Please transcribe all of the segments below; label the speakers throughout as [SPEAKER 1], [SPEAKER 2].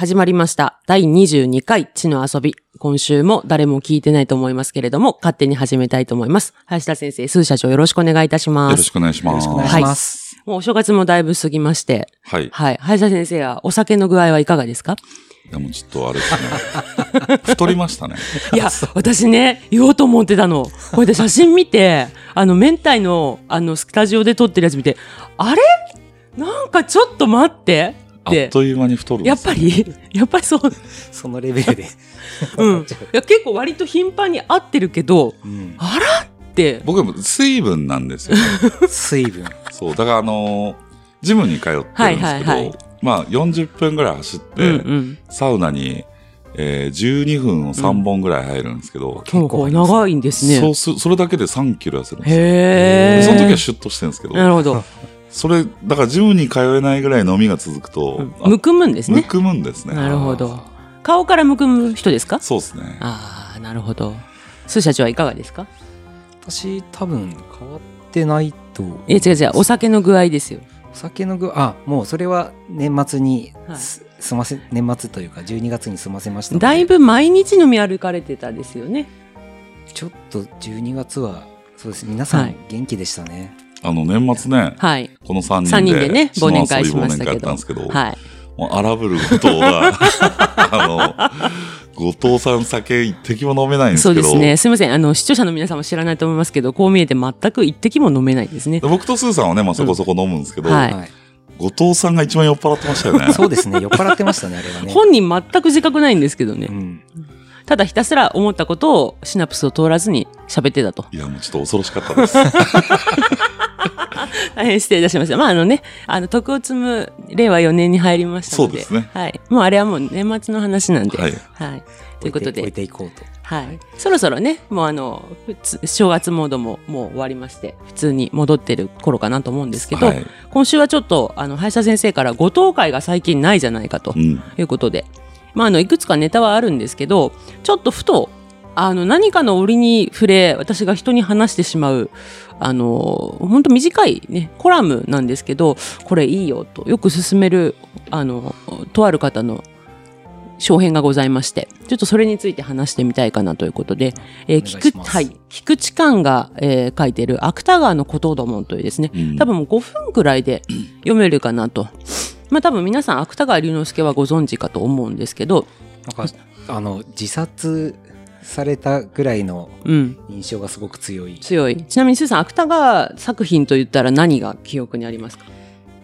[SPEAKER 1] 始まりました。第22回地の遊び。今週も誰も聞いてないと思いますけれども、勝手に始めたいと思います。林田先生、スー社長よろしくお願いいたします。
[SPEAKER 2] よろしくお願いします。
[SPEAKER 3] よろしくお願いします。
[SPEAKER 1] はい、もうお正月もだいぶ過ぎまして。
[SPEAKER 2] はい。
[SPEAKER 1] はい。林田先生はお酒の具合はいかがですか？
[SPEAKER 2] いやもうちょっとあれですね。太りましたね。
[SPEAKER 1] いや、私ね、言おうと思ってたの。これで写真見て、明太の、スタジオで撮ってるやつ見て、あれ？なんかちょっと待って。
[SPEAKER 2] あっという間に太るんです、
[SPEAKER 1] ね。やっぱりそう。
[SPEAKER 3] そのレベルで。
[SPEAKER 1] うん。いや、結構割と頻繁に合ってるけど、うん、あらって。
[SPEAKER 2] 僕も水分なんですよ、ね。
[SPEAKER 3] 水分。
[SPEAKER 2] そう。だからジムに通ってるんですけど、はいはいはい、まあ40分ぐらい走って、うんうん、サウナに、12分を3本ぐらい入るんですけど、
[SPEAKER 1] 結構長いんですね。
[SPEAKER 2] それだけで3キロ痩せるんですよ。
[SPEAKER 1] へー。
[SPEAKER 2] その時はシュッとしてるんですけど。
[SPEAKER 1] なるほど。
[SPEAKER 2] それだからジムに通えないぐらい飲みが続くと、
[SPEAKER 1] むくむんですね。
[SPEAKER 2] むくむんですね。
[SPEAKER 1] なるほど。顔からむくむ人ですか？
[SPEAKER 2] そうですね。
[SPEAKER 1] ああ、なるほど。スー社長はいかがですか？
[SPEAKER 3] 私多分変わってないと。
[SPEAKER 1] 違うお酒の具合ですよ。
[SPEAKER 3] お酒の具合、もうそれは年末に、はい、年末というか12月に済ませましたので。
[SPEAKER 1] だいぶ毎日飲み歩かれてたですよね。
[SPEAKER 3] ちょっと12月はそうです。皆さん元気でしたね。
[SPEAKER 2] はい、年末ね、はい、この3人で
[SPEAKER 1] ね、忘年会しましたけど、
[SPEAKER 2] はい、もう荒ぶる後藤が後藤さん酒一滴も飲めないんですけど。
[SPEAKER 1] そうですね。すみません。視聴者の皆さんも知らないと思いますけど、こう見えて全く一滴も飲めないですね。
[SPEAKER 2] 僕とスーさんはね、まあ、そこそこ飲むんですけど、はい、後藤さんが一番酔っ払ってましたよね。
[SPEAKER 3] そうですね。酔っ払ってましたね、あれはね。
[SPEAKER 1] 本人全く自覚ないんですけどね。ただひたすら思ったことをシナプスを通らずに喋ってたと。
[SPEAKER 2] いや、もうちょっと恐ろしかったです。
[SPEAKER 1] 大変失礼いたしました。まあ徳を積む令和4年に入りましたので、
[SPEAKER 2] そうですね。
[SPEAKER 1] はい。もうあれはもう年末の話なんで、はい。はい。ということで、
[SPEAKER 3] 置いていこうと。
[SPEAKER 1] はい。そろそろね、もう正月モードももう終わりまして、普通に戻ってる頃かなと思うんですけど、はい、今週はちょっと林田先生からご当会が最近ないじゃないかということで、いくつかネタはあるんですけど、ちょっとふと何かの折に触れ、私が人に話してしまう、本当短いね、コラムなんですけど、これいいよと、よく勧める、とある方の小編がございまして、ちょっとそれについて話してみたいかなということで、菊池寛が、書いてる芥川のことどもというですね、多分もう5分くらいで読めるかなと。多分皆さん芥川龍之介はご存知かと思うんですけど、
[SPEAKER 3] なんか自殺されたぐらいの印象がすごく強い。
[SPEAKER 1] ちなみにスーさん、芥川作品と言ったら何が記憶にありますか？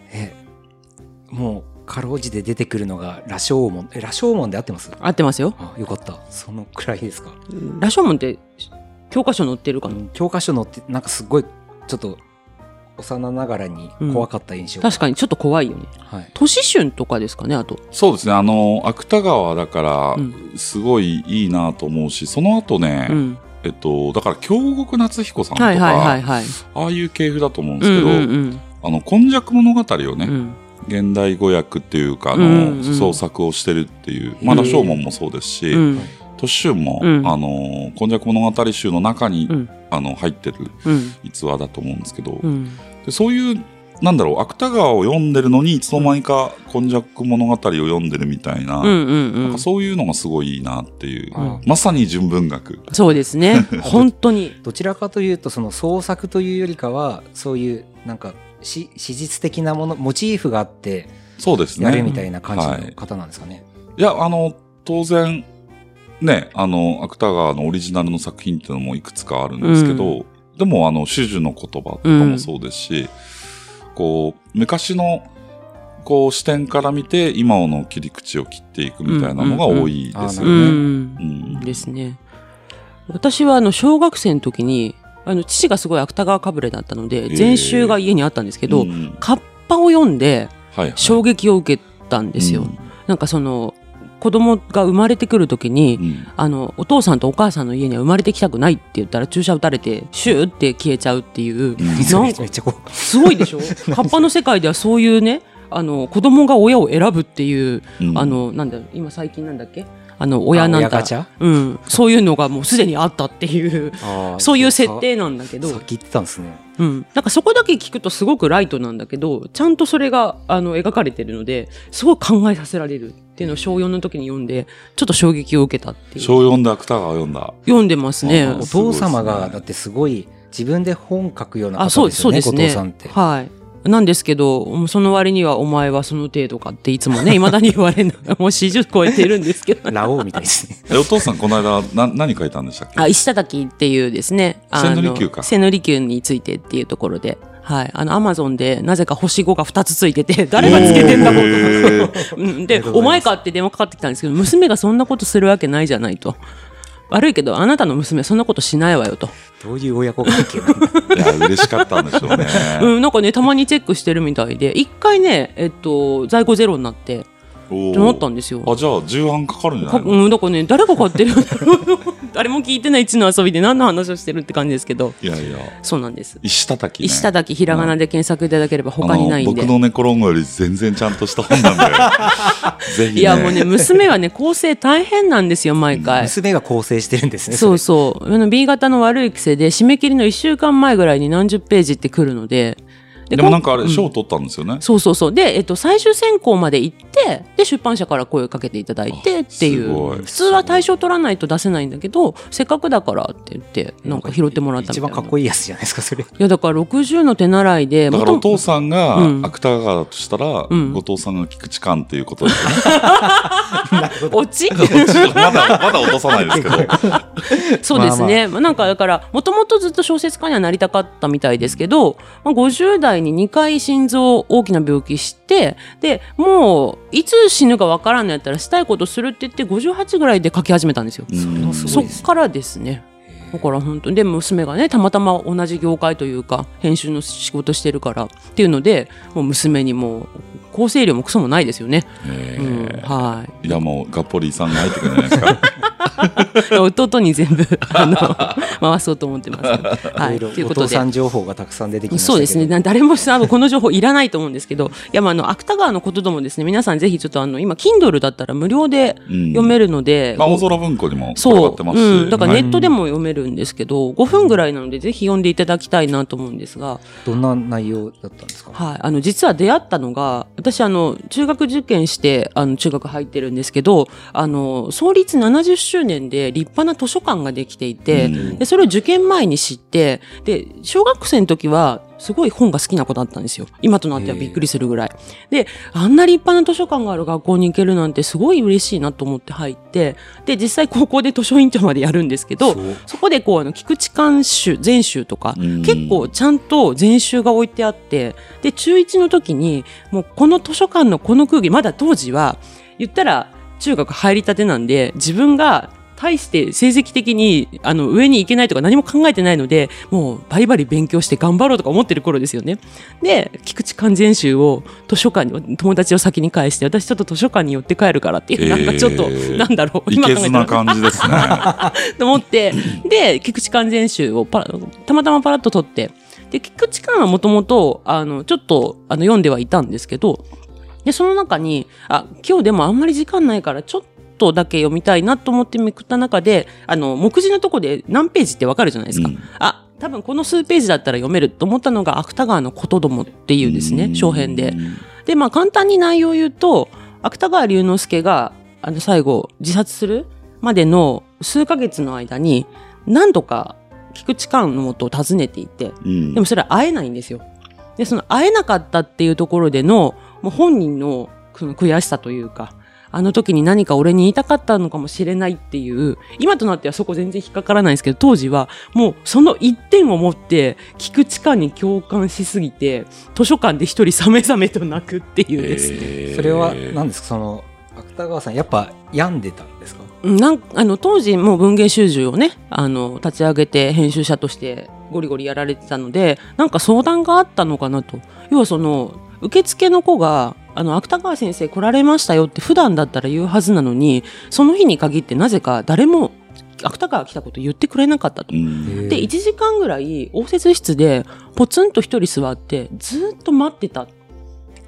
[SPEAKER 3] もうかろうじて出てくるのが羅生門。羅生門で合ってます？
[SPEAKER 1] 合ってますよ。
[SPEAKER 3] よかった。そのくらいですか。
[SPEAKER 1] 羅生門って教科書載ってるかな？
[SPEAKER 3] 教科書載って、なんかすごいちょっと幼ながらに怖かった印象、
[SPEAKER 1] 確かにちょっと怖いよね。はい。都市春とかですかね。あと
[SPEAKER 2] そうですね。芥川だからすごいいいなと思うし、その後ね、だから京極夏彦さんとか、ああいう系譜だと思うんですけど、今昔物語をね、現代語訳っていうか創作をしてるっていう、羅生門もそうですし、都市春も、今昔物語集の中に、入ってる逸話だと思うんですけど、でそういう芥川を読んでるのにいつの間にか今昔物語を読んでるみたいな、なんかそういうのがすごいいいなっていう、まさに純文学。
[SPEAKER 1] そうですね。本当に
[SPEAKER 3] どちらかというとその創作というよりかはそういうなんか史実的なもの、モチーフがあってやるみたいな感じの方なんですかね。
[SPEAKER 2] いや当然ね、芥川のオリジナルの作品っていうのもいくつかあるんですけど、でも種々の言葉とかもそうですし、こう昔のこう視点から見て今の切り口を切っていくみたいなのが多いですよね。
[SPEAKER 1] ですね。私は小学生の時に父がすごい芥川かぶれだったので、全集が家にあったんですけど、カッパを読んで衝撃を受けたんですよ。なんか子供が生まれてくるときに、お父さんとお母さんの家には生まれてきたくないって言ったら注射打たれてシューって消えちゃうっていう、
[SPEAKER 3] めっちゃ
[SPEAKER 1] すごいでしょ。カッパの世界ではそういうね、 子供が親を選ぶっていう、なんだ今最近なんだっけ親なんだ、そういうのがもうすでにあったっていうそういう設定なんだけど、
[SPEAKER 3] さっき言ってたんですね。
[SPEAKER 1] なんかそこだけ聞くとすごくライトなんだけど、ちゃんとそれが描かれてるのですごい考えさせられるっていうのを小4の時に読んでちょっと衝撃を受けたっていう。
[SPEAKER 2] 小4で芥川読
[SPEAKER 1] んでますね。
[SPEAKER 3] お父様がだってすごい自分で本書くような方ですよね、後藤さんって。
[SPEAKER 1] はい。なんですけど、その割にはお前はその程度かっていつもね、未だに言われるのがもう40超えてるんですけど。
[SPEAKER 3] ラオウみたいです
[SPEAKER 2] ね。お父さんこの間何書いたんでしたっけ？
[SPEAKER 1] 石叩っていうですね。
[SPEAKER 2] 千利休か。
[SPEAKER 1] 千利休についてっていうところで。はい。アマゾンでなぜか星5が2つついてて、誰がつけてんだろうと。で、お前かって電話かかってきたんですけど、娘がそんなことするわけないじゃないと。悪いけどあなたの娘そんなことしないわよと。
[SPEAKER 3] どういう親子関係なんだ。
[SPEAKER 2] いや嬉しかったんでしょうね。
[SPEAKER 1] なんかねたまにチェックしてるみたいで、一回ね在庫ゼロになってなったんですよ。
[SPEAKER 2] じゃあ重版かかるんじゃないの？
[SPEAKER 1] だからね誰が買ってるんだろう。誰も聞いてない地の遊びで何の話をしてるって感じですけど。
[SPEAKER 2] いやいや
[SPEAKER 1] そうなんです。
[SPEAKER 2] 石叩、
[SPEAKER 1] 石叩ひらがなで検索いただければ他にないんで。
[SPEAKER 2] 僕のネコロンゴより全然ちゃんとした本なんでぜひね。
[SPEAKER 1] いやもうね娘はね構成大変なんですよ毎回。
[SPEAKER 3] 娘が構成してるんですね。
[SPEAKER 1] そうそう。B 型の悪い癖で締め切りの1週間前ぐらいに何十ページってくるので。
[SPEAKER 2] でもなんかあれ賞を取ったんですよね。
[SPEAKER 1] そうで、最終選考まで行ってで出版社から声をかけていただいてっていう。普通は対象取らないと出せないんだけどせっかくだからって言ってなんか拾ってもらったみたいな。
[SPEAKER 3] 一番かっこいいやつじゃないですかそれ。い
[SPEAKER 1] やだから60の手習いで
[SPEAKER 2] だからお父さんが芥川だとしたら、後藤さんが菊池寛っていうことですね。
[SPEAKER 1] オチ
[SPEAKER 2] まだ落とさないですけど。
[SPEAKER 1] そうですね。なんかだからもともとずっと小説家にはなりたかったみたいですけど、50代に2回心臓大きな病気してでもういつ死ぬかわからんのやったらしたいことするって言って58ぐらいで書き始めたんですよ。そっからですね。だから本当にで娘がねたまたま同じ業界というか編集の仕事してるからっていうのでもう娘にもう構成量もクソもないですよね。はい。
[SPEAKER 2] いやもうがっぽりさんが入ってくるんじゃないですか。
[SPEAKER 1] 弟に全部回そうと思ってます。
[SPEAKER 3] はい。ということでお父さん情報がたくさん出てきましたけど。
[SPEAKER 1] そうですね。誰もこの情報いらないと思うんですけど、いや芥川のことどもですね。皆さんぜひちょっと今 Kindle だったら無料で読めるので、
[SPEAKER 2] 青空文庫にも転がってますし、
[SPEAKER 1] だからネットでも読めるんですけど、5分ぐらいなのでぜひ読んでいただきたいなと思うんですが。
[SPEAKER 3] どんな内容だったんですか？
[SPEAKER 1] はい。実は出会ったのが私中学受験して中学入ってるんですけど創立70周年で立派な図書館ができていて、でそれを受験前に知ってで小学生の時はすごい本が好きな子だったんですよ。今となってはびっくりするぐらいであんな立派な図書館がある学校に行けるなんてすごい嬉しいなと思って入ってで実際高校で図書委員長までやるんですけどそこで菊池寛集全集とか結構ちゃんと全集が置いてあってで中1の時にもうこの図書館のこの空気まだ当時は言ったら中学入りたてなんで自分が大して成績的に上に行けないとか何も考えてないのでもうバリバリ勉強して頑張ろうとか思ってる頃ですよね。で菊池寛全集を図書館に友達を先に返して私ちょっと図書館に寄って帰るからっていうなんかちょっとなんだろう
[SPEAKER 2] 今考えたらいけずな感じですね
[SPEAKER 1] と思ってで菊池寛全集をたまたまパラッと取ってで菊池寛はもともとちょっと読んではいたんですけどでその中に今日でもあんまり時間ないからちょっとだけ読みたいなと思ってめくった中で目次のとこで何ページってわかるじゃないですか。多分この数ページだったら読めると思ったのが芥川のことどもっていうですね小編で簡単に内容を言うと芥川龍之介が最後自殺するまでの数ヶ月の間に何度か菊池寛の元を訪ねていて、でもそれは会えないんですよ。でその会えなかったっていうところでのもう本人のその悔しさというか時に何か俺に言いたかったのかもしれないっていう今となってはそこ全然引っかからないんですけど当時はもうその一点を持って菊池寛に共感しすぎて図書館で一人さめざめと泣くっていうですね。
[SPEAKER 3] それは何ですか芥川さんやっぱ病んでたんですか？
[SPEAKER 1] 当時もう文芸春秋をね立ち上げて編集者としてゴリゴリやられてたのでなんか相談があったのかなと。要は受付の子が芥川先生来られましたよって普段だったら言うはずなのにその日に限ってなぜか誰も芥川来たこと言ってくれなかったと。で1時間ぐらい応接室でポツンと一人座ってずっと待ってたっ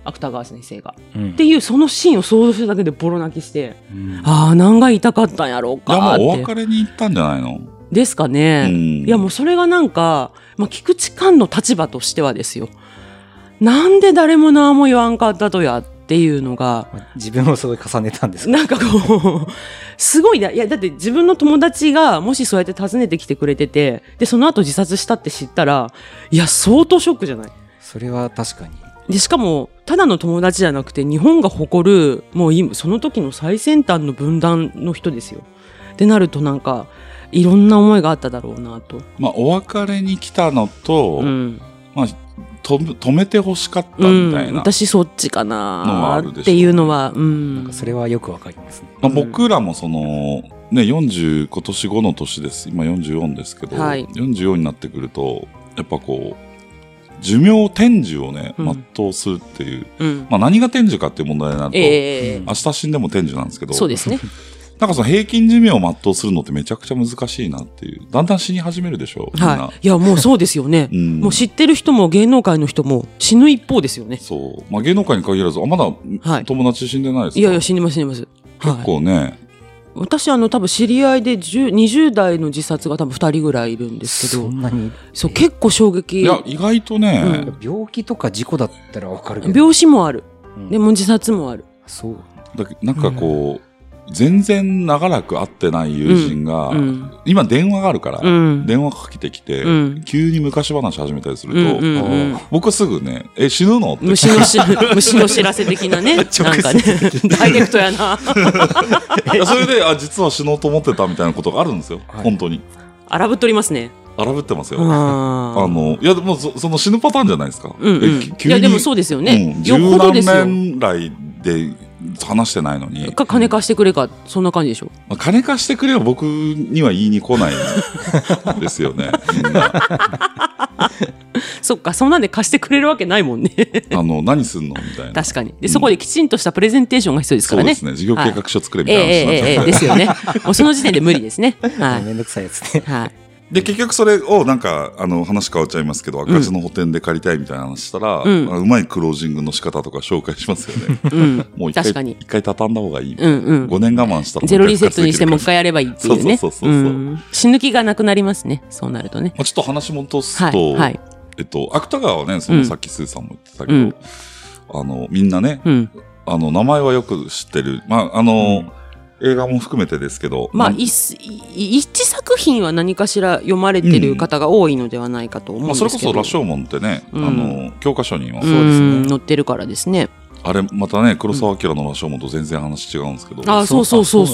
[SPEAKER 1] 芥川先生が、っていうそのシーンを想像しただけでボロ泣きして、ああ何が言いたかったんやろうかって。
[SPEAKER 2] お別れに行ったんじゃないの
[SPEAKER 1] ですかね。いやもうそれがなんか、菊池寛の立場としてはですよ、なんで誰も何も言わんかったとやっていうのが、
[SPEAKER 3] 自分をすごい重ねたんですか。
[SPEAKER 1] なんかこうすごいいやだって自分の友達がもしそうやって訪ねてきてくれてて、でその後自殺したって知ったら、いや相当ショックじゃない。
[SPEAKER 3] それは確かに。
[SPEAKER 1] でしかもただの友達じゃなくて、日本が誇るもう今その時の最先端の文壇の人ですよ。ってなるとなんかいろんな思いがあっただろうなと。
[SPEAKER 2] お別れに来たのと、止めてほしかったみたいな、
[SPEAKER 1] 私そっちかなっていうのは、
[SPEAKER 3] なんかそれはよくわかりますね。
[SPEAKER 2] 僕らもそのね40今年5の年です。今44ですけど、44になってくるとやっぱこう寿命天寿をね全うするっていう、何が天寿かっていう問題になると、明日死んでも天寿なんですけど、
[SPEAKER 1] そうですね。
[SPEAKER 2] なんかその平均寿命を全うするのってめちゃくちゃ難しいなっていう。だんだん死に始めるでしょう。
[SPEAKER 1] いやもうそうですよね。もう知ってる人も芸能界の人も死ぬ一方ですよね。
[SPEAKER 2] そう。芸能界に限らず、まだ友達死んでないですか。
[SPEAKER 1] いや死にます死にます。
[SPEAKER 2] 結構ね。
[SPEAKER 1] 私多分知り合いで20代の自殺が多分2人ぐらいいるんですけど、
[SPEAKER 3] そんなに
[SPEAKER 1] そう結構衝撃。
[SPEAKER 2] いや意外とね、
[SPEAKER 3] 病気とか事故だったら分かるけど、
[SPEAKER 1] 病死もある、でも自殺もある。
[SPEAKER 3] そう
[SPEAKER 2] なんかこう、全然長らく会ってない友人が、今電話があるから、電話かけてきて、急に昔話始めたりすると、僕はすぐね、死ぬのって。
[SPEAKER 1] 虫の知らせ的なね。なんかね、ダイレクトやな。
[SPEAKER 2] それで、実は死のうと思ってたみたいなことがあるんですよ。本当に。
[SPEAKER 1] 荒ぶっておりますね。
[SPEAKER 2] 荒ぶってますよ。いやでもその死ぬパターンじゃないですか。
[SPEAKER 1] いやでもそうですよね。
[SPEAKER 2] 十何年来で話してないのに。
[SPEAKER 1] 金貸してくれか、そんな感じでしょ。
[SPEAKER 2] 金貸してくれは僕には言いに来ないですよね。みんな。
[SPEAKER 1] そっか、そんなんで貸してくれるわけないもんね。
[SPEAKER 2] 何すんのみたいな。
[SPEAKER 1] 確かに。で、そこできちんとしたプレゼンテーションが必要ですからね。
[SPEAKER 2] そうですね。事業計画書作れみたいな話になっちゃう。
[SPEAKER 1] ですよね。もうその時点で無理ですね。
[SPEAKER 3] めんどくさいやつね。
[SPEAKER 1] はい。
[SPEAKER 2] で結局それをなんか話変わっちゃいますけど、赤字の補填で借りたいみたいな話したら、うまいクロージングの仕方とか紹介しますよね。もう一回畳んだ方がいい。5年我慢したら
[SPEAKER 1] ゼロリセットにしてもう一回やればいいっていうね。死ぬ気がなくなりますね。そうなるとね。
[SPEAKER 2] ちょっと話戻すと、芥川はね、そのさっきスーさんも言ってたけど、みんなね、名前はよく知ってる。映画も含めてですけど、
[SPEAKER 1] 一作品は何かしら読まれてる方が多いのではないかと思うんですけど、
[SPEAKER 2] それこそ羅生門ってね、教科書には
[SPEAKER 1] そうですね、載ってるからですね。
[SPEAKER 2] あれまたね、黒澤明の羅生門と全然話違うんですけど、
[SPEAKER 1] そう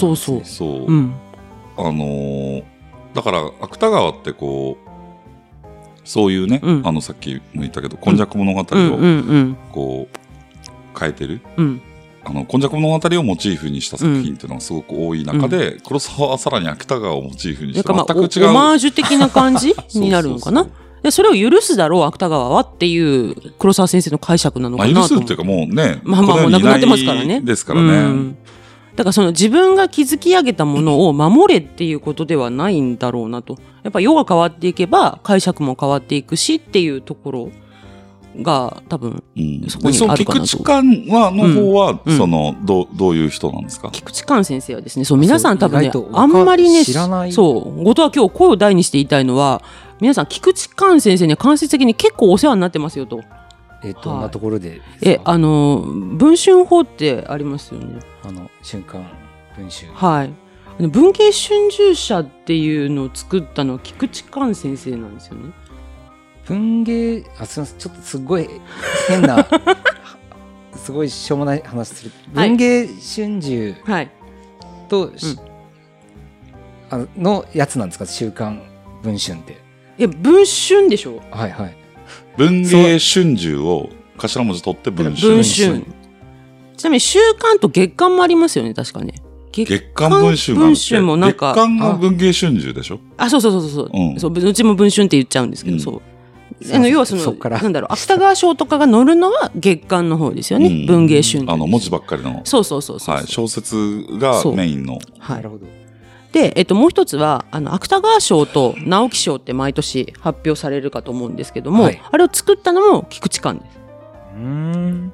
[SPEAKER 2] だから芥川ってこうそういうね、さっきも言ったけど今昔物語をこう変えてる。今昔物語をモチーフにした作品っていうのがすごく多い中で、黒澤はさらに芥川をモチーフにした全く違う
[SPEAKER 1] オマージュ的な感じになるのかな。でそれを許すだろう芥川はっていう黒澤先生の解釈なのかなと。
[SPEAKER 2] 許すっていうかもうね、
[SPEAKER 1] もうなくなってますからね。
[SPEAKER 2] ですからね。
[SPEAKER 1] だからその自分が築き上げたものを守れっていうことではないんだろうなと。やっぱ世が変わっていけば解釈も変わっていくしっていうところが多分そこにあるかなと。
[SPEAKER 2] 菊池寛の方はどういう人なんですか？
[SPEAKER 1] 菊池寛先生はですね、皆さん多分ねあんまりね
[SPEAKER 3] 知らない。
[SPEAKER 1] そう後藤は今日声を大にして言いたいのは、皆さん菊池寛先生には間接的に結構お世話になってますよと。
[SPEAKER 3] どんなところで
[SPEAKER 1] 文春法ってありますよね。
[SPEAKER 3] 瞬間文春。
[SPEAKER 1] はい。文藝春秋社っていうのを作ったのは菊池寛先生なんですよね。
[SPEAKER 3] 文芸すみません、ちょっとすごい変なすごいしょうもない話する。文藝春秋と、のやつなんですか？週刊文春って。
[SPEAKER 1] いや文春でしょ。
[SPEAKER 3] はいはい。
[SPEAKER 2] 文藝春秋を頭文字取って文春。
[SPEAKER 1] ちなみに週刊と月刊もありますよね、確かね。
[SPEAKER 2] 月刊文春があって、月刊が文藝春秋でしょ。
[SPEAKER 1] そううちも文春って言っちゃうんですけど、そう要はなんだろう、芥川賞とかが載るのは月刊の方ですよね。文藝春秋。
[SPEAKER 2] 文字ばっかりの。
[SPEAKER 1] そう、
[SPEAKER 2] 小説がメインの。
[SPEAKER 3] なるほど。
[SPEAKER 1] で、もう一つは芥川賞と直木賞って毎年発表されるかと思うんですけども、あれを作ったのも菊池寛です。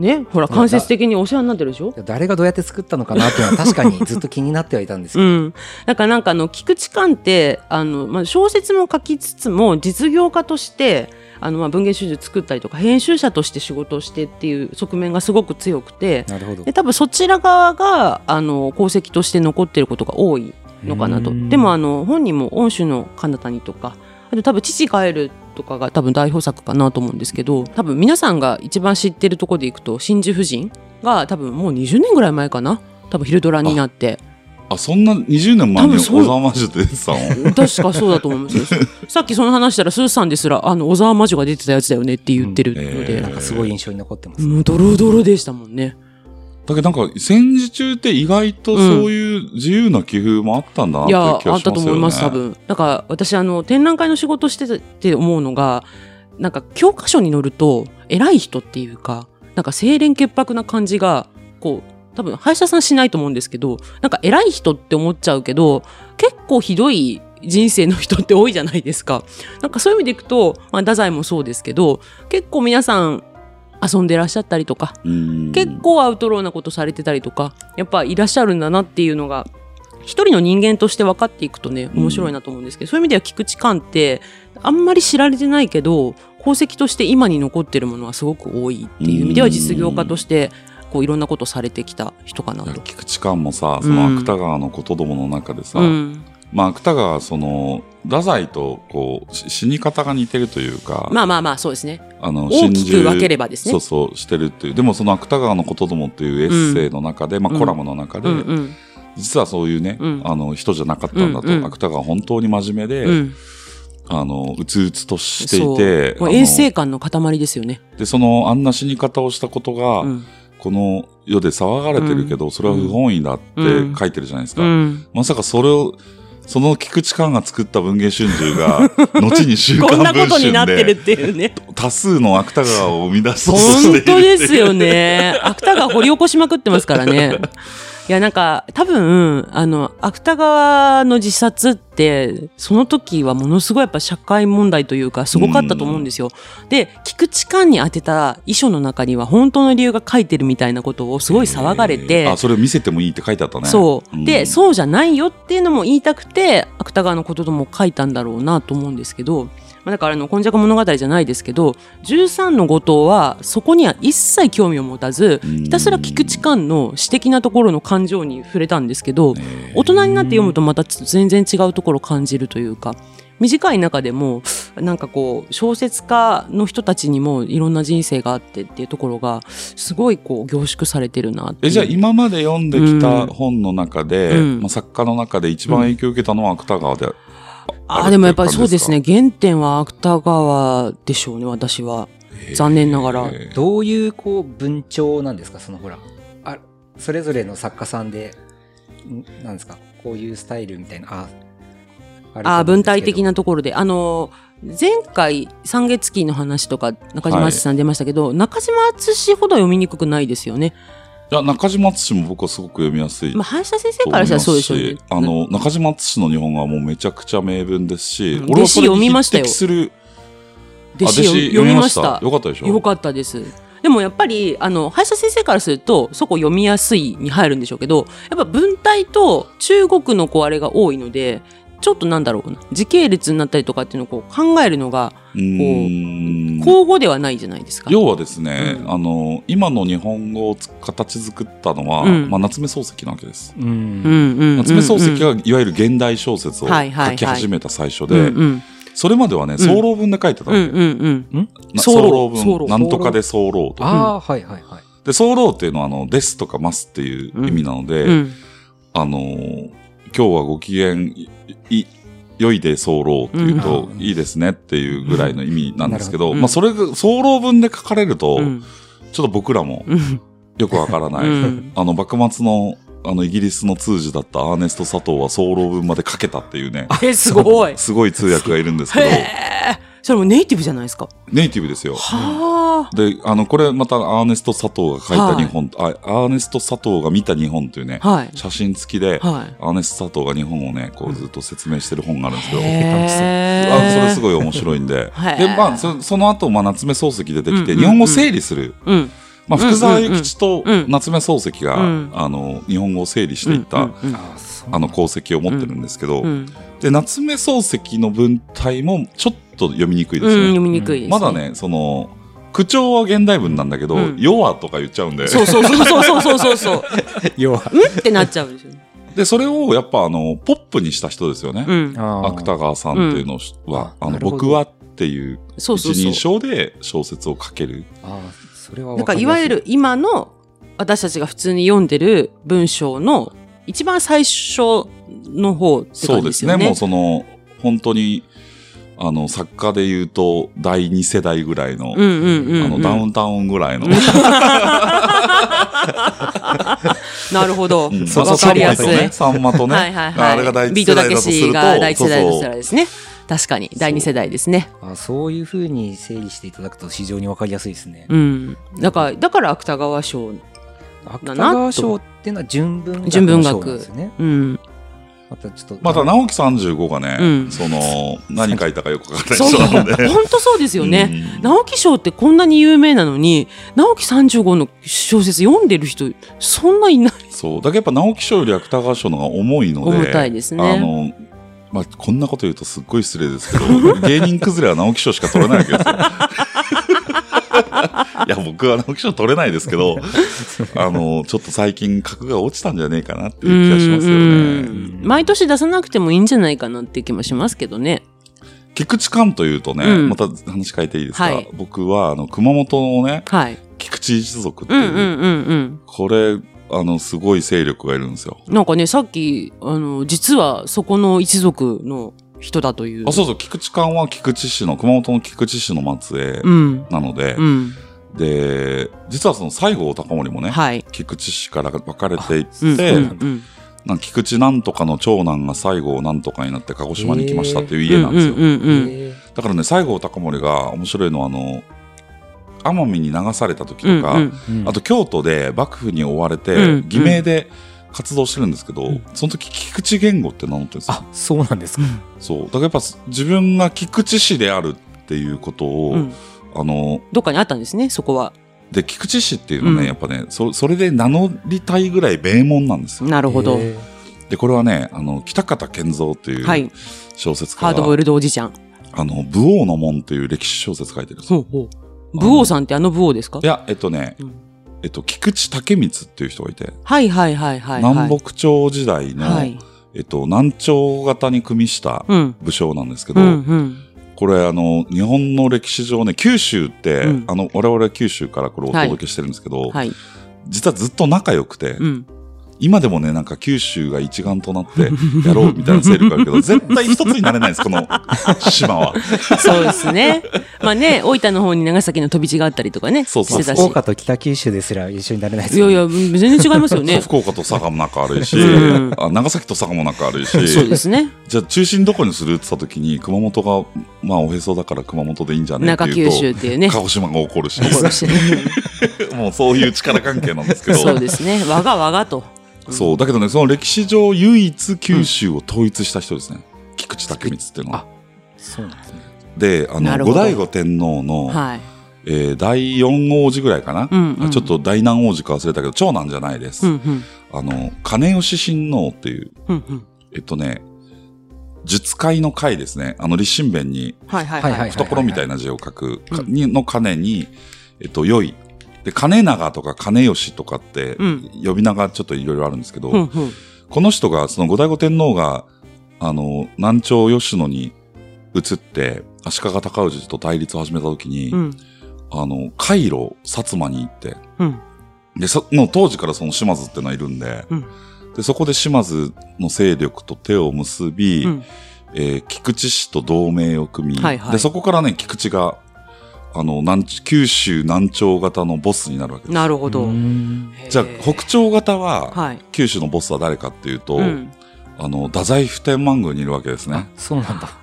[SPEAKER 1] ね、ほら間接的にお世話になってるでしょ。
[SPEAKER 3] 誰がどうやって作ったのかなっていうのは確かにずっと気になってはいたんですけど、
[SPEAKER 1] だからなんか菊池寛って小説も書きつつも実業家として文芸春秋作ったりとか編集者として仕事をしてっていう側面がすごく強くて、
[SPEAKER 3] なるほど。
[SPEAKER 1] で多分そちら側が功績として残っていることが多いのかなと。でも本人も恩師の彼方にとか、あと多分父帰るとかが多分代表作かなと思うんですけど、多分皆さんが一番知ってるところでいくと真珠夫人が多分もう20年ぐらい前かな、多分昼ドラになって、
[SPEAKER 2] そんな20年前に小沢魔女出てたの？
[SPEAKER 1] 確かそうだと思いますよ。さっきその話したらスーさんですら小沢魔女が出てたやつだよねって言ってるので、
[SPEAKER 3] なんかすごい印象に残ってます、
[SPEAKER 1] もうドロドロでしたもんね。
[SPEAKER 2] だけどなんか戦時中って意外とそういう自由な気風もあったんだなっていう気がしますよね。
[SPEAKER 1] あったと思います多分。だから私展覧会の仕事しててって思うのが、なんか教科書に載ると偉い人っていうか、なんか清廉潔白な感じがこう多分歯医者さんしないと思うんですけど、なんか偉い人って思っちゃうけど結構ひどい人生の人って多いじゃないですか。なんかそういう意味でいくと、太宰もそうですけど結構皆さん遊んでらっしゃったりとか、結構アウトローなことされてたりとかやっぱいらっしゃるんだなっていうのが一人の人間として分かっていくとね面白いなと思うんですけど、そういう意味では菊池寛ってあんまり知られてないけど功績として今に残ってるものはすごく多いっていう意味では実業家としてこういろんなことされてきた人かなと。
[SPEAKER 2] 菊池寛もさ、その芥川のことどもの中でさ、芥川はその太宰とこう死に方が似てるというか、
[SPEAKER 1] そうですね。大きく分ければですね。
[SPEAKER 2] そうしてるっていう。でもその芥川のことどもっていうエッセイの中で、コラムの中で、実はそういうね、人じゃなかったんだと、芥川は本当に真面目で、うつうつとしていて、
[SPEAKER 1] 衛生観の塊ですよね。
[SPEAKER 2] であんな死に方をしたことが、この世で騒がれてるけど、それは不本意だって書いてるじゃないですか。まさかその菊池寛が作った文藝春秋が後に週刊文春でこんなことになってるっていうね、多数の芥川を生み出そうとしているっていう。
[SPEAKER 1] 本当ですよね。芥川掘り起こしまくってますからね。いやなんか多分芥川の自殺ってその時はものすごいやっぱ社会問題というかすごかったと思うんですよ。で菊池寛に当てた遺書の中には本当の理由が書いてるみたいなことをすごい騒がれて、
[SPEAKER 2] それを見せてもいいって書いてあったね。
[SPEAKER 1] そうで、そうじゃないよっていうのも言いたくて芥川のこととも書いたんだろうなと思うんですけど、だから今昔物語じゃないですけど13の後藤はそこには一切興味を持たずひたすら菊池寛の詩的なところの感情に触れたんですけど、大人になって読むとまた全然違うところを感じるというか、短い中でもなんかこう小説家の人たちにもいろんな人生があってっていうところがすごいこう凝縮されてるなっていう。
[SPEAKER 2] じゃあ今まで読んできた本の中で、作家の中で一番影響を受けたのは芥川で
[SPEAKER 1] でもやっぱりそうですね。原点は芥川でしょうね、私は。残念ながら。
[SPEAKER 3] どういう文調なんですか、それぞれの作家さんで、なんですか、こういうスタイルみたいな。
[SPEAKER 1] 文体的なところで。前回、三月期の話とか中島敦さん出ましたけど、中島敦ほど読みにくくないですよね。
[SPEAKER 2] いや、中島敦も僕はすごく読みやすい。
[SPEAKER 1] 林田先生からしたらそうでしょうね。
[SPEAKER 2] 中島敦の日本語はもうめちゃくちゃ名文ですし、
[SPEAKER 1] 俺はそれに匹敵する。弟子読みました。
[SPEAKER 2] よかったでしょ？
[SPEAKER 1] よかったです。でもやっぱり林田先生からするとそこ読みやすいに入るんでしょうけど、やっぱ文体と中国のあれが多いので、ちょっと時系列になったりとかっていうのを考えるのが交互ではないじゃないですか。
[SPEAKER 2] 要はですね、今の日本語を形作ったのは、夏目漱石なわけです。夏目漱石がいわゆる現代小説を書き始めた最初で、それまではね、早漏文で書いてたわけ。早漏文、なんとかで早漏とか。で、早漏っていうのはですとかますっていう意味なので、今日はご機嫌良いで候っていうと、いいですねっていうぐらいの意味なんですけど、それが早漏文で書かれると、ちょっと僕らもよくわからない。幕末のイギリスの通詞だったアーネスト佐藤は早漏文まで書けたっていうね。
[SPEAKER 1] すごい。
[SPEAKER 2] すごい通訳がいるんですけど。
[SPEAKER 1] それもネイティブじゃないですか。
[SPEAKER 2] ネイティブですよ。で、これまたアーネスト佐藤が書いた日本、アーネスト佐藤が見た日本というね、写真付きで、アーネスト佐藤が日本をね、ずっと説明してる本があるんですけど、それすごい面白いんで。で、その後、夏目漱石出てきて、日本語を整理する。 まあ、福沢諭吉と夏目漱石が、日本語を整理していった、功績を持ってるんですけど、で夏目漱石の文体もちょっと読みにくいですね。
[SPEAKER 1] 読みにくいですね。
[SPEAKER 2] まだね、その口調は現代文なんだけど、弱とか言っちゃうんで。
[SPEAKER 1] そう。弱ってなっちゃうんですよ。
[SPEAKER 2] で、それをやっぱポップにした人ですよね。芥川さんっていうのは、僕はっていう一人称で小説を書ける。
[SPEAKER 3] それは
[SPEAKER 1] だからいわゆる今の私たちが普通に読んでる文章の一番最初の方って感じですよね。そうですね。
[SPEAKER 2] もうその本当に作家で言うと第2世代ぐらいの、ダウンタウンぐらいの
[SPEAKER 1] なるほど。わかりやすい。
[SPEAKER 2] さんまとね。あれが第1世代だとすると。
[SPEAKER 1] ビートたけしが第1世代だとしたらですね。確かに第2世代ですね。
[SPEAKER 3] そういうふうに整理していただくと非常にわかりやすいですね。
[SPEAKER 1] だから芥川賞
[SPEAKER 3] 芥川賞っていうのは純文学の賞なんですよね。
[SPEAKER 2] また直木35がね、何書いたかよくわからない人なので。
[SPEAKER 1] 本当そうですよね。直木賞ってこんなに有名なのに、直木35の小説読んでる人そんないない。
[SPEAKER 2] そうだけどやっぱ直木賞より芥川賞の方が重いので。
[SPEAKER 1] 重たいですね。
[SPEAKER 2] こんなこと言うとすっごい失礼ですけど、芸人崩れは直木賞しか取れないわけですよ。いや、僕は直木賞取れないですけど、ちょっと最近格が落ちたんじゃねえかなっていう気がしますよね。
[SPEAKER 1] 毎年出さなくてもいいんじゃないかなっていう気もしますけどね。
[SPEAKER 2] 菊池寛というとね、また話変えていいですか、僕は熊本のね、菊池一族っていう、これ、すごい勢力がいるんですよ。
[SPEAKER 1] なんかね、さっき、実はそこの一族の人だという。
[SPEAKER 2] そう、菊池寛は熊本の菊池市の末裔なので、で、実はその西郷隆盛もね、菊池市から分かれていって、菊池なんとかの長男が西郷なんとかになって鹿児島に来ましたっていう家なんですよ。だからね、西郷隆盛が面白いのは奄美に流された時とか、あと京都で幕府に追われて、偽名で活動してるんですけど、その時菊池言語って名乗ってるんですよ。
[SPEAKER 3] そうなんですか。
[SPEAKER 2] そう。だからやっぱ自分が菊池市であるっていうことを、
[SPEAKER 1] どっかにあったんですね、そこは。
[SPEAKER 2] で、菊池市っていうのはね、やっぱね、それで名乗りたいぐらい名門なんですよ。
[SPEAKER 1] なるほど。
[SPEAKER 2] で、これはね、北方健三っていう小説家が、
[SPEAKER 1] ハードボイルドおじちゃん。
[SPEAKER 2] 武王の門っていう歴史小説書いてるんですよ。
[SPEAKER 1] 武王さんって武王ですか？
[SPEAKER 2] いや、菊池武光っていう人がいて。
[SPEAKER 1] 南
[SPEAKER 2] 北朝時代の、南朝型に組みした武将なんですけど、これ日本の歴史上ね、九州って、我々は九州からこれをお届けしてるんですけど、実はずっと仲良くて、今でもね、なんか九州が一丸となってやろうみたいな勢力があるけど、絶対一つになれないです、この島は。
[SPEAKER 1] そうですね。まあね、大分の方に長崎の飛び地があったりとかね、してたし。
[SPEAKER 3] 福岡と北九州ですら一緒になれないですよね。
[SPEAKER 1] いや、全然違いますよね。
[SPEAKER 2] 福岡と佐賀も仲悪いし、長崎と佐賀も仲悪いし。
[SPEAKER 1] そうですね。
[SPEAKER 2] じゃあ中心どこにするって言った時に、熊本が、まあおへそだから熊本でいいんじゃねっていうと、
[SPEAKER 1] 中九州っていうね。
[SPEAKER 2] 鹿児島が怒るし。もうそういう力関係なんですけど。
[SPEAKER 1] そうですね。我がと。
[SPEAKER 2] そうだけどね、その歴史上唯一九州を統一した人ですね、菊池武光っていうのは。
[SPEAKER 3] そうなんですね。
[SPEAKER 2] で、後醍醐天皇の、第4王子ぐらいかな、ちょっと第何王子か忘れたけど長男じゃないです。金吉親王っていう、術会の会ですね。立身弁に懐みたいな字を書くの金に良いで、金長とか金吉とかって、呼び名がちょっといろいろあるんですけど、この人が、その後醍醐天皇が、南朝吉野に移って、足利尊氏と対立を始めたときに、海路、薩摩に行って、で、もう当時からその島津ってのはいるんで、で、そこで島津の勢力と手を結び、菊池氏と同盟を組み、で、そこからね、菊池が、九州南朝型のボスになるわけです。
[SPEAKER 1] なるほど。
[SPEAKER 2] じゃあ北朝型は、九州のボスは誰かっていうと、太宰府天満宮にいるわけですね。
[SPEAKER 3] そうなんだ。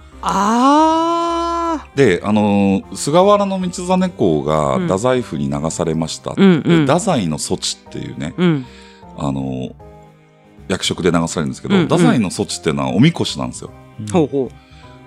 [SPEAKER 2] で、菅原道真公が太宰府に流されました。太宰の措置っていうね、役職で流されるんですけど、太宰の措置っていうのはおみこしなんですよ。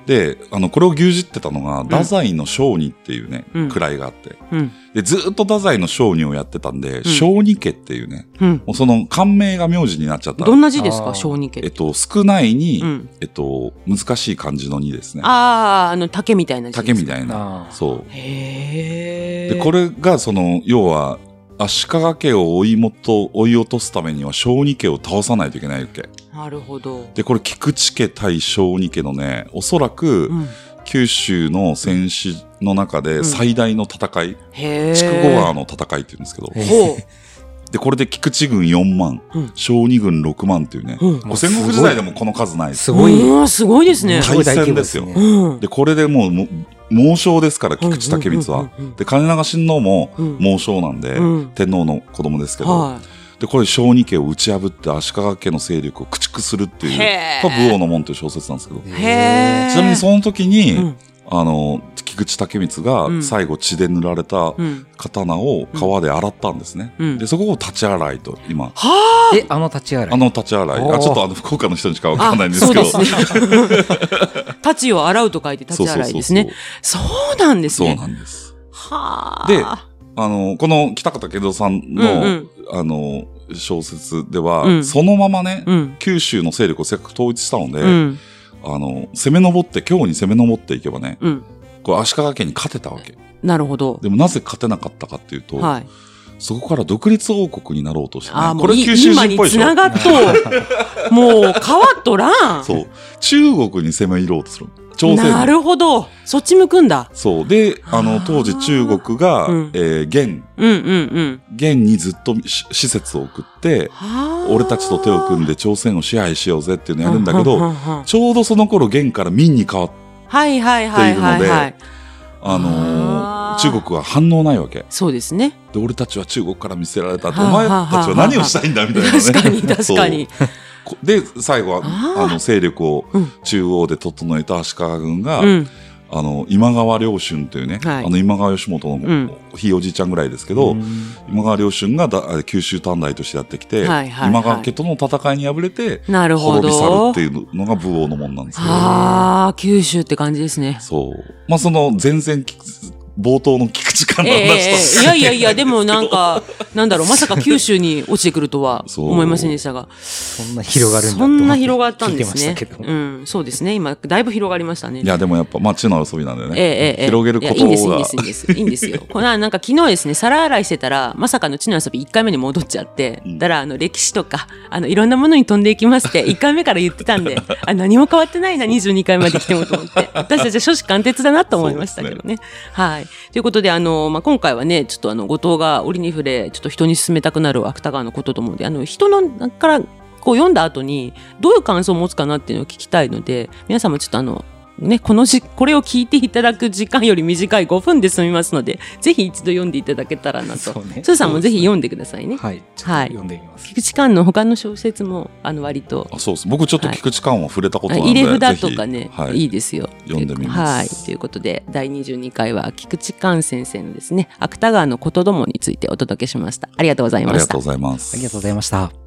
[SPEAKER 2] で、これを牛耳ってたのが、太宰の小児っていうね、位があって。で、ずっと太宰の小児をやってたんで、小児家っていうね、もうその官名が名字になっちゃった。
[SPEAKER 1] どんな字ですか、小児家。
[SPEAKER 2] 少ないに、難しい漢字の2ですね。
[SPEAKER 1] 竹みたいな字ですか。
[SPEAKER 2] 竹みたいな。そう。
[SPEAKER 1] へー。
[SPEAKER 2] で、これが要は、足利家を追い落とすためには小児家を倒さないといけないわけ。
[SPEAKER 1] なるほど。
[SPEAKER 2] で、これ菊池家対小児家のね、おそらく、九州の戦死の中で最大の戦い、筑後川の戦いって言うんですけど、で、これで菊池軍4万、小児軍6万っていうね、戦国時代でもこの数ないです。
[SPEAKER 3] すごい。
[SPEAKER 1] すごいですね。
[SPEAKER 2] 大戦ですよ。で、これでもう、猛将ですから、菊池武光は。で、金長親王も猛将なんで、天皇の子供ですけど、で、これ小児家を打ち破って足利家の勢力を駆逐するっていう、武王の門という小説なんですけど、ちなみにその時に、菊池武光が最後血で塗られた刀を川で洗ったんですね。で、そこを立ち洗いと、今。
[SPEAKER 3] 立ち洗い。
[SPEAKER 2] 立ち洗い。ちょっと福岡の人にしかわからないんですけど。
[SPEAKER 1] そうですね。立ちを洗うと書いて立ち洗いですね。そうなんですね。
[SPEAKER 2] そうなんです。で、この北方健三さんの、小説では、そのままね、九州の勢力をせっかく統一したので、京に攻め上っていけばね、これ足利家に勝てたわけ。
[SPEAKER 1] なるほど。
[SPEAKER 2] でもなぜ勝てなかったかっていうと、そこから独立王国になろうとしてね。
[SPEAKER 1] これ九州人っぽいでしょ。今に繋がっと、もう変わっとらん。
[SPEAKER 2] そう。中国に攻め入ろうとする。朝鮮。
[SPEAKER 1] なるほど。そっち向くんだ。
[SPEAKER 2] そう。で、当時中国が、元にずっと施設を送って、俺たちと手を組んで朝鮮を支配しようぜっていうのをやるんだけど、ちょうどその頃元から明に変わっているので、中国は反応ないわけ。
[SPEAKER 1] そうですね。
[SPEAKER 2] で、俺たちは中国から見せられたと、お前たちは何をしたいんだみたいなね。
[SPEAKER 1] 確かに確かに。
[SPEAKER 2] で、最後は、勢力を中央で整えた足利軍が、今川良春というね、今川義元のひいおじいちゃんぐらいですけど、今川良春が九州短大としてやってきて、今川家との戦いに敗れて、滅び去るっていうのが武王の門なんですけど。
[SPEAKER 1] 九州って感じですね。
[SPEAKER 2] そう。全然、冒頭の菊池寛の話
[SPEAKER 1] と、いや、でもなんか、まさか九州に落ちてくるとは思いませんでしたが。
[SPEAKER 3] そんな広がるんだと
[SPEAKER 1] そんな広がったんですね。そうですね。今、だいぶ広がりましたね。
[SPEAKER 2] いや、でもやっぱ、地の遊びなんでね。広げることが。いいん
[SPEAKER 1] です。いいんですよ。なんか昨日ですね、皿洗いしてたら、まさかの地の遊び1回目に戻っちゃって、だから、歴史とか、いろんなものに飛んでいきますって、1回目から言ってたんで、何も変わってないな、22回まで来てもと思って。私たちは初志貫徹だなと思いましたけどね。はい。ということで、今回はね、ちょっと後藤が折に触れ、ちょっと人に勧めたくなる芥川のことと思うので、人のからこう読んだ後に、どういう感想を持つかなっていうのを聞きたいので、皆さんもちょっとね、これを聞いていただく時間より短い5分で済みますので、ぜひ一度読んでいただけたらなと。スーさんもぜひ読んでくださいね。
[SPEAKER 3] はい。読んでみます。
[SPEAKER 1] 菊池寛の他の小説も、割と。
[SPEAKER 2] そうです。僕ちょっと菊池寛は触れたことないので、
[SPEAKER 1] 入れ札とかね、いいですよ。
[SPEAKER 2] 読んでみます。
[SPEAKER 1] はい。ということで、第22回は菊池寛先生のですね、芥川のことどもについてお届けしました。ありがとうございました。
[SPEAKER 2] ありがとうございます。
[SPEAKER 3] ありがとうございました。